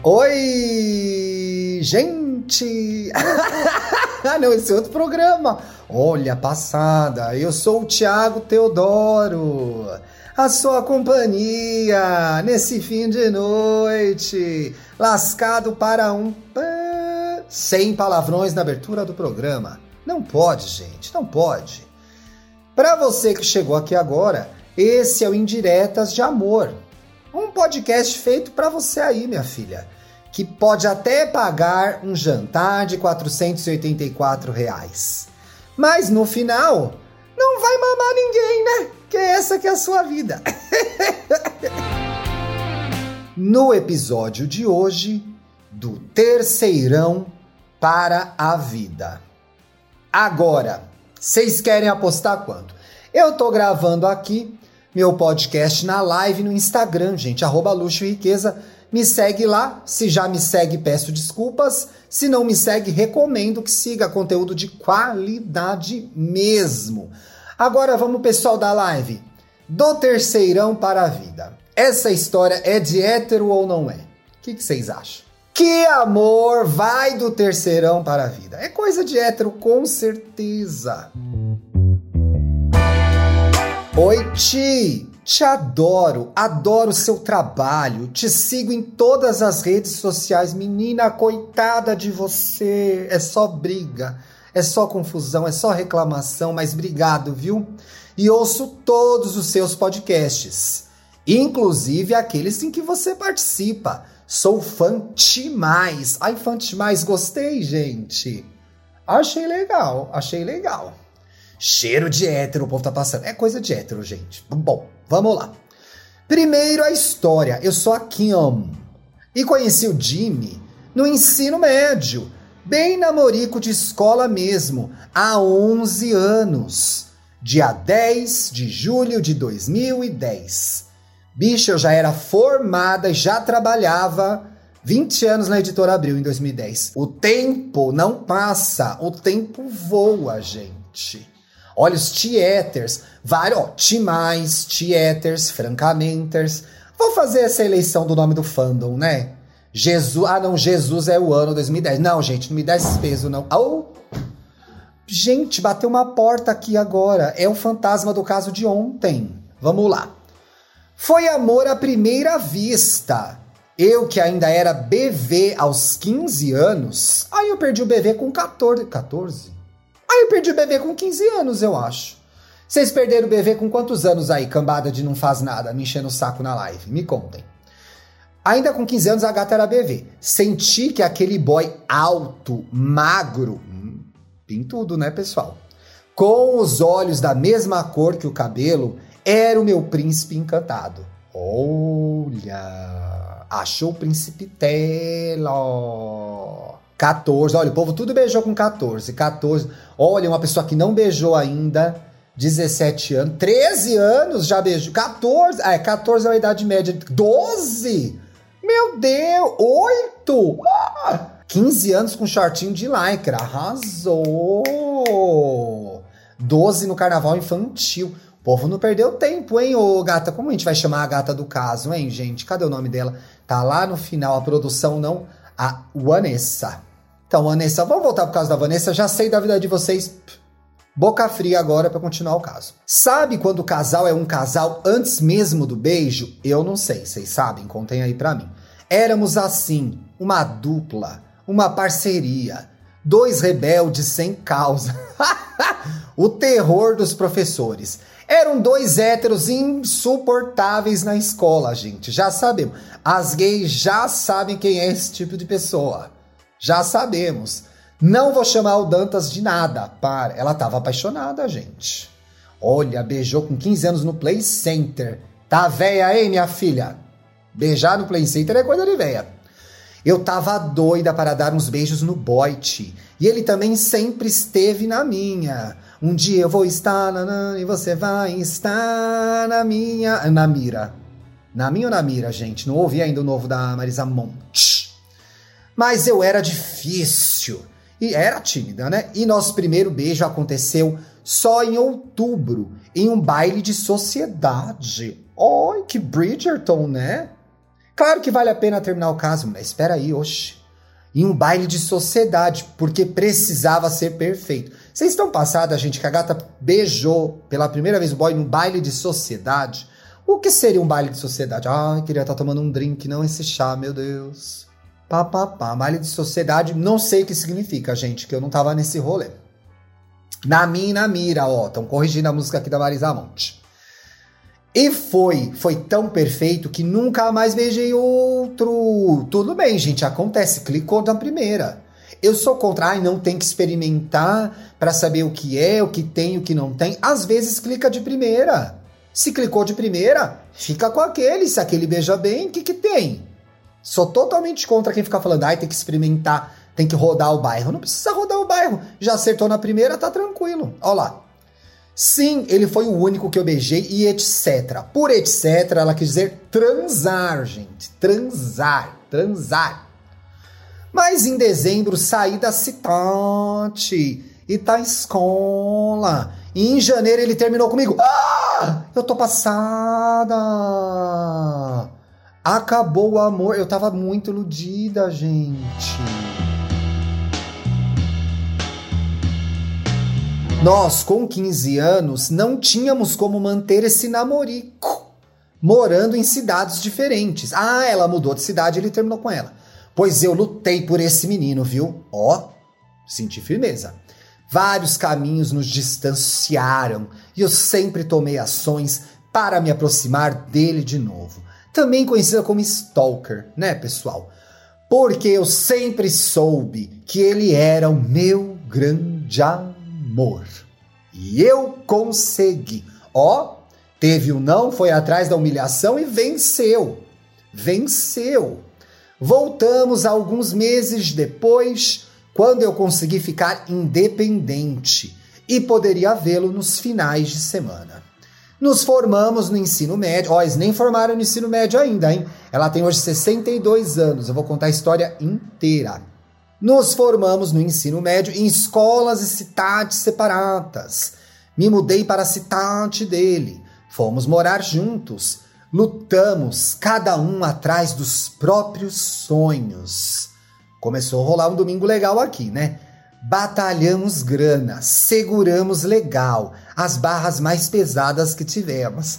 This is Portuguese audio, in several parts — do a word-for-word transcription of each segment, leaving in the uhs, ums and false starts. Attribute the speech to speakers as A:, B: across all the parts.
A: Oi, gente! Não, esse é outro programa. Olha, passada, eu sou o Thiago Teodoro, a sua companhia nesse fim de noite, lascado para um... Sem palavrões na abertura do programa. Não pode, gente, não pode. Para você que chegou aqui agora, esse é o Indiretas de Amor. Um podcast feito para você aí, minha filha, que pode até pagar um jantar de quatrocentos e oitenta e quatro reais. Mas no final, não vai mamar ninguém, né? Que essa que é a sua vida. No episódio de hoje, do Terceirão para a Vida. Agora, vocês querem apostar quanto? Eu tô gravando aqui meu podcast na live no Instagram, gente, arroba Luxo e Riqueza. Me segue lá. Se já me segue, peço desculpas. Se não me segue, recomendo que siga conteúdo de qualidade mesmo. Agora vamos, pessoal da live. Do Terceirão para a Vida. Essa história é de hétero ou não é? O que, que vocês acham? Que amor vai do terceirão para a vida? É coisa de hétero, com certeza. Oi, Ti! Te adoro, adoro seu trabalho, te sigo em todas as redes sociais. Menina, coitada de você, é só briga, é só confusão, é só reclamação, mas obrigado, viu? E ouço todos os seus podcasts, inclusive aqueles em que você participa. Sou fã demais. Ai, fã demais, gostei, gente. Achei legal, achei legal. Cheiro de hétero, o povo tá passando. É coisa de hétero, gente. Bom, vamos lá. Primeiro a história. Eu sou a Kim e conheci o Jimmy no ensino médio, bem namorico de escola mesmo, há onze anos. Dia dez de julho de dois mil e dez. Bicho, eu já era formada, já trabalhava vinte anos na Editora Abril em dois mil e dez. O tempo não passa, o tempo voa, gente. Olha os tieters, vários, ó, Timais, tieters, francamenters. Vou fazer essa eleição do nome do fandom, né? Jesus, ah não, Jesus é o ano dois mil e dez. Não, gente, não me dá esse peso, não. Oh! Gente, bateu uma porta aqui agora. É o fantasma do caso de ontem. Vamos lá. Foi amor à primeira vista. Eu que ainda era bebê aos quinze anos. Aí eu perdi o bebê com catorze. catorze? Aí eu perdi o bebê com quinze anos, eu acho. Vocês perderam o bebê com quantos anos aí, cambada de não faz nada, me enchendo o saco na live? Me contem. Ainda com quinze anos a gata era bebê. Senti que aquele boy alto, magro, hum, pintudo, né, pessoal? Com os olhos da mesma cor que o cabelo, era o meu príncipe encantado. Olha, achou o príncipe Telo. catorze, olha, o povo tudo beijou com catorze. catorze, olha, uma pessoa que não beijou ainda, dezessete anos, treze anos já beijou. catorze, ah, é, catorze é a idade média. doze, meu Deus, oito, ah, quinze anos com shortinho de lycra, arrasou. doze no carnaval infantil. O povo não perdeu tempo, hein, ô gata? Como a gente vai chamar a gata do caso, hein, gente? Cadê o nome dela? Tá lá no final, a produção não... A Vanessa. Então, Vanessa, vamos voltar pro caso da Vanessa. Já sei da vida de vocês. Boca fria agora para continuar o caso. Sabe quando o casal é um casal antes mesmo do beijo? Eu não sei, vocês sabem? Contem aí pra mim. Éramos assim, uma dupla, uma parceria. Dois rebeldes sem causa. O terror dos professores. Eram dois héteros insuportáveis na escola, gente. Já sabemos. As gays já sabem quem é esse tipo de pessoa. Já sabemos. Não vou chamar o Dantas de nada. Para. Ela estava apaixonada, gente. Olha, beijou com quinze anos no Play Center. Tá véia, hein, minha filha? Beijar no Play Center é coisa de véia. Eu tava doida para dar uns beijos no Boit. E ele também sempre esteve na minha. Um dia eu vou estar na, na, e você vai estar na minha... Na mira. Na minha ou na mira, gente? Não ouvi ainda o novo da Marisa Monte. Mas eu era difícil. E era tímida, né? E nosso primeiro beijo aconteceu só em outubro, em um baile de sociedade. Oi, que Bridgerton, né? Claro que vale a pena terminar o caso, mas espera aí, oxe. Em um baile de sociedade, porque precisava ser perfeito. Vocês estão passados, gente, que a gata beijou pela primeira vez o boy num baile de sociedade? O que seria um baile de sociedade? Ai, queria estar tomando um drink, não esse chá, meu Deus. Pá, pá, pá. Baile de sociedade, não sei o que significa, gente, que eu não tava nesse rolê. Na minha e na mira, ó, estão corrigindo a música aqui da Marisa Monte. E foi, foi tão perfeito que nunca mais beijei outro. Tudo bem, gente, acontece, clicou na primeira. Eu sou contra, ai, não tem que experimentar pra saber o que é, o que tem, o que não tem. Às vezes clica de primeira. Se clicou de primeira, fica com aquele. Se aquele beija bem, o que que tem? Sou totalmente contra quem fica falando, ai, tem que experimentar, tem que rodar o bairro. Não precisa rodar o bairro. Já acertou na primeira, tá tranquilo. Ó lá. Sim, ele foi o único que eu beijei e etcétera. Por etcétera, ela quis dizer transar, gente. Transar, transar. Mas em dezembro saí da cidade e tá em escola. E em janeiro ele terminou comigo. Ah! Eu tô passada. Acabou o amor. Eu tava muito iludida, gente. Nós, com quinze anos, não tínhamos como manter esse namorico, morando em cidades diferentes. Ah, ela mudou de cidade e ele terminou com ela. Pois eu lutei por esse menino, viu? Ó, senti firmeza. Vários caminhos nos distanciaram e eu sempre tomei ações para me aproximar dele de novo. Também conhecida como stalker, né, pessoal? Porque eu sempre soube que ele era o meu grande amor. Amor. E eu consegui. Ó, teve o não, foi atrás da humilhação e venceu. Venceu. Voltamos alguns meses depois, quando eu consegui ficar independente e poderia vê-lo nos finais de semana. Nos formamos no ensino médio. Ó, eles nem formaram no ensino médio ainda, hein? Ela tem hoje sessenta e dois anos. Eu vou contar a história inteira. Nos formamos no ensino médio em escolas e cidades separadas. Me mudei para a cidade dele. Fomos morar juntos. Lutamos, cada um atrás dos próprios sonhos. Começou a rolar um domingo legal aqui, né? Batalhamos grana, seguramos legal as barras mais pesadas que tivemos.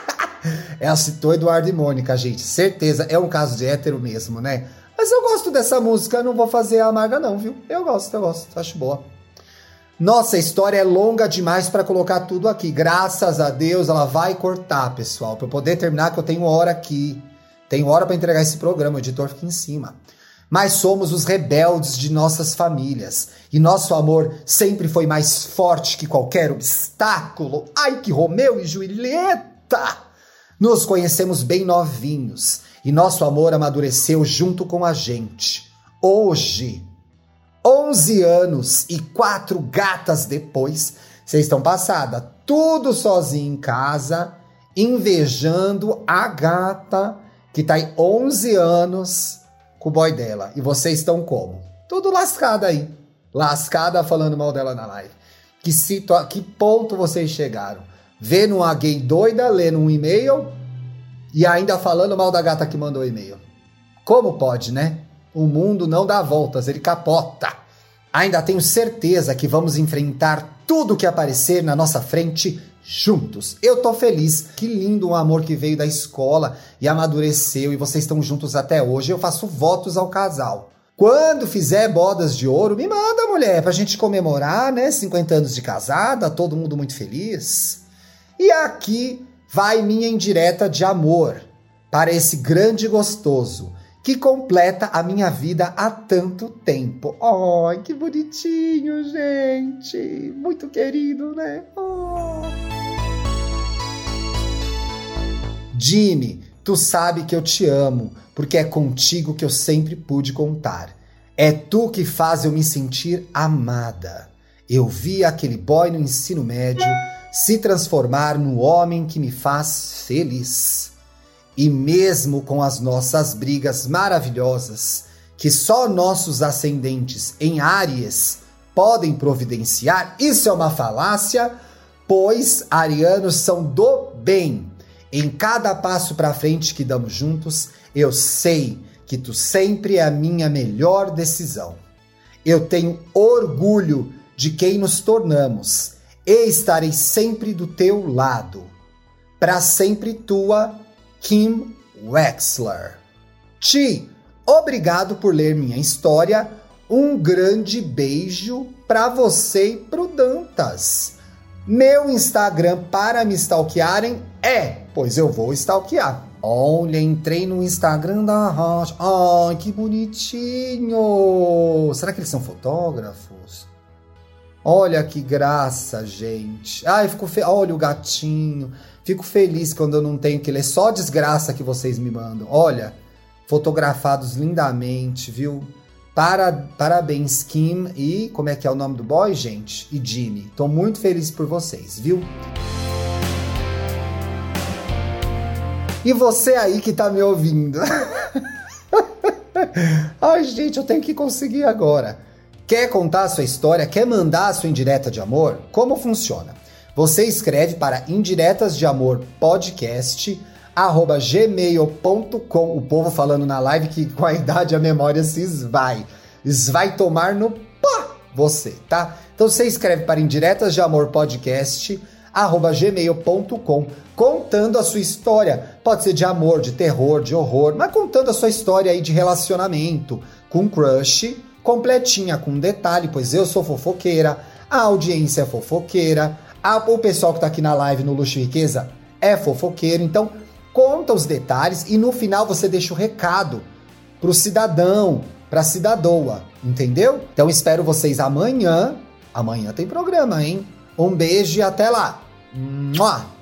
A: Ela citou Eduardo e Mônica, gente. Certeza, é um caso de hétero mesmo, né? Mas eu gosto dessa música, não vou fazer a amarga não, viu? Eu gosto, eu gosto, acho boa. Nossa, a história é longa demais para colocar tudo aqui. Graças a Deus ela vai cortar, pessoal, para eu poder terminar, que eu tenho hora aqui. Tenho hora para entregar esse programa, o editor fica em cima. Mas somos os rebeldes de nossas famílias. E nosso amor sempre foi mais forte que qualquer obstáculo. Ai, que Romeu e Julieta! Nos conhecemos bem novinhos. E nosso amor amadureceu junto com a gente. Hoje, onze anos e quatro gatas depois, vocês estão passada, tudo sozinho em casa, invejando a gata que tá aí onze anos com o boy dela. E vocês estão como? Tudo lascada aí. Lascada falando mal dela na live. Que, situa- que ponto vocês chegaram? Vendo uma gay doida, lendo um e-mail... E ainda falando mal da gata que mandou o e-mail. Como pode, né? O mundo não dá voltas, ele capota. Ainda tenho certeza que vamos enfrentar tudo que aparecer na nossa frente juntos. Eu tô feliz. Que lindo um amor que veio da escola e amadureceu e vocês estão juntos até hoje. Eu faço votos ao casal. Quando fizer bodas de ouro, me manda, mulher, pra gente comemorar, né? cinquenta anos de casada, todo mundo muito feliz. E aqui... vai minha indireta de amor para esse grande gostoso que completa a minha vida há tanto tempo. Ai, que bonitinho, gente. Muito querido, né? Oh. Jimmy, tu sabe que eu te amo, porque é contigo que eu sempre pude contar. É tu que faz eu me sentir amada. Eu vi aquele boy no ensino médio se transformar no homem que me faz feliz. E mesmo com as nossas brigas maravilhosas, que só nossos ascendentes em Áries podem providenciar, isso é uma falácia, pois arianos são do bem. Em cada passo pra frente que damos juntos, eu sei que tu sempre é a minha melhor decisão. Eu tenho orgulho de quem nos tornamos e estarei sempre do teu lado. Pra sempre tua, Kim Wexler. Ti, obrigado por ler minha história. Um grande beijo pra você e pro Dantas. Meu Instagram para me stalkearem é, pois eu vou stalkear. Olha, entrei no Instagram da Rocha. Ai, que bonitinho. Será que eles são fotógrafos? Olha que graça, gente. Ai, fico fe... Olha o gatinho. Fico feliz quando eu não tenho que ler. Só desgraça que vocês me mandam. Olha, fotografados lindamente, viu? Para... Parabéns, Kim. E como é que é o nome do boy, gente? E Jimmy. Tô muito feliz por vocês, viu? E você aí que tá me ouvindo? Ai, gente, eu tenho que conseguir agora. Quer contar a sua história? Quer mandar a sua indireta de amor? Como funciona? Você escreve para indiretasdeamorpodcast arroba gmail ponto com. O povo falando na live que com a idade a memória se esvai. Vai tomar no pá você, tá? Então você escreve para indiretasdeamorpodcast arroba gmail ponto com, contando a sua história. Pode ser de amor, de terror, de horror, mas contando a sua história aí de relacionamento com crush, completinha, com detalhe, pois eu sou fofoqueira, a audiência é fofoqueira, a, o pessoal que tá aqui na live no Luxo e Riqueza é fofoqueiro, então conta os detalhes e no final você deixa o recado pro cidadão, pra cidadoa, entendeu? Então espero vocês amanhã. Amanhã tem programa, hein? Um beijo e até lá! Mua!